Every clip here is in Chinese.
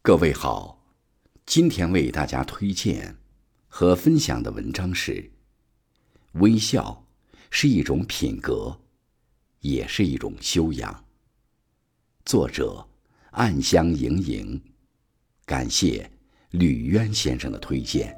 各位好，今天为大家推荐和分享的文章是：微笑是一种品格，也是一种修养。作者暗香盈盈，感谢吕渊先生的推荐。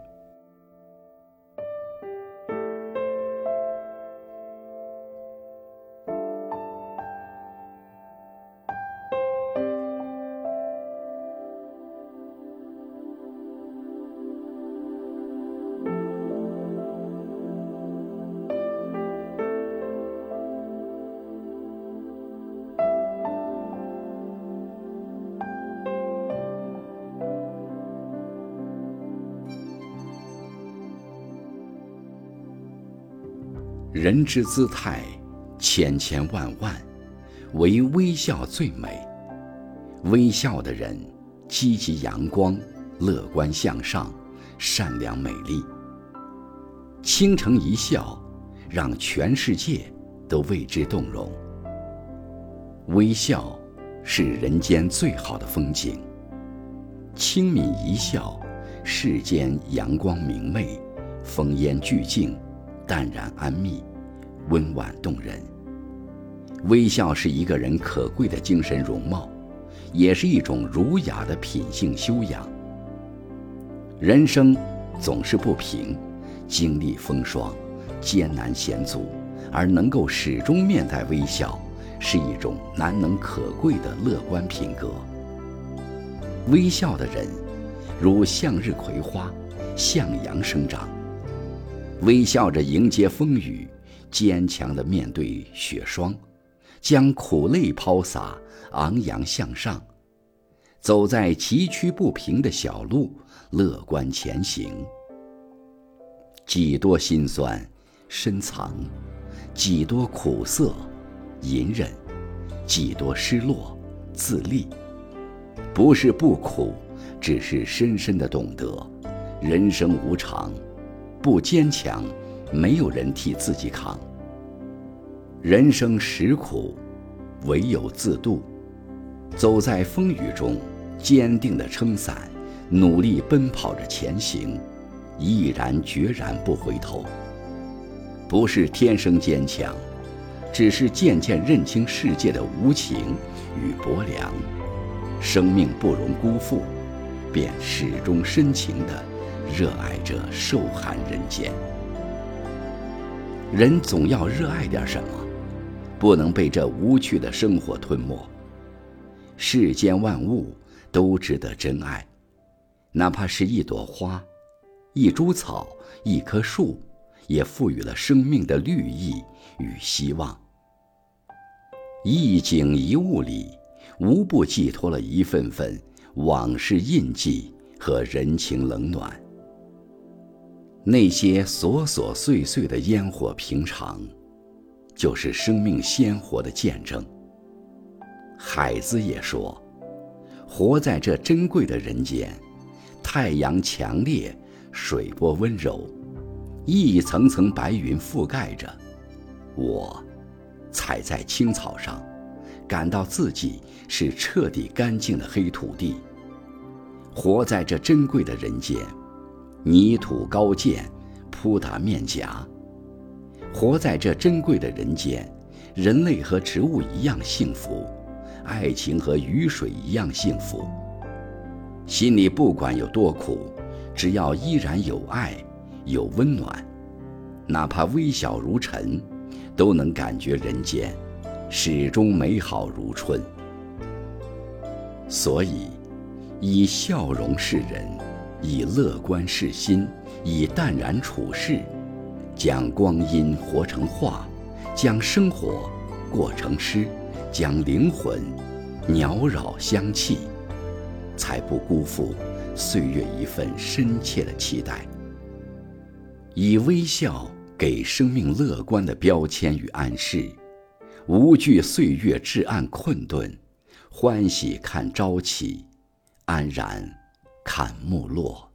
人之姿态千千万万，唯微笑最美。微笑的人积极阳光，乐观向上，善良美丽。倾城一笑，让全世界都为之动容。微笑是人间最好的风景。轻抿一笑，世间阳光明媚，风烟俱净，淡然安谧，温婉动人。微笑是一个人可贵的精神容貌，也是一种儒雅的品性修养。人生总是不平，经历风霜，艰难险阻，而能够始终面带微笑，是一种难能可贵的乐观品格。微笑的人如向日葵花，向阳生长，微笑着迎接风雨，坚强地面对雪霜，将苦泪抛洒，昂扬向上，走在崎岖不平的小路，乐观前行。几多辛酸深藏，几多苦涩隐忍，几多失落自立。不是不苦，只是深深地懂得人生无常，不坚强，没有人替自己扛。人生实苦，唯有自渡。走在风雨中，坚定地撑伞，努力奔跑着前行，毅然决然不回头。不是天生坚强，只是渐渐认清世界的无情与薄凉。生命不容辜负，便始终深情地热爱着受寒人间。人总要热爱点什么，不能被这无趣的生活吞没。世间万物都值得珍爱，哪怕是一朵花，一株草，一棵树，也赋予了生命的绿意与希望。一景一物里，无不寄托了一份份往事印记和人情冷暖。那些琐琐碎碎的烟火平常，就是生命鲜活的见证。海子也说，活在这珍贵的人间，太阳强烈，水波温柔，一层层白云覆盖着我，踩在青草上，感到自己是彻底干净的黑土地。活在这珍贵的人间，泥土高见，扑打面颊。活在这珍贵的人间，人类和植物一样幸福，爱情和雨水一样幸福。心里不管有多苦，只要依然有爱，有温暖，哪怕微小如尘，都能感觉人间始终美好如春。所以，以笑容示人，以乐观示心，以淡然处世，将光阴活成画，将生活过成诗，将灵魂袅扰香气，才不辜负岁月一份深切的期待。以微笑给生命乐观的标签与暗示，无惧岁月至暗困顿，欢喜看朝起，安然看暮落。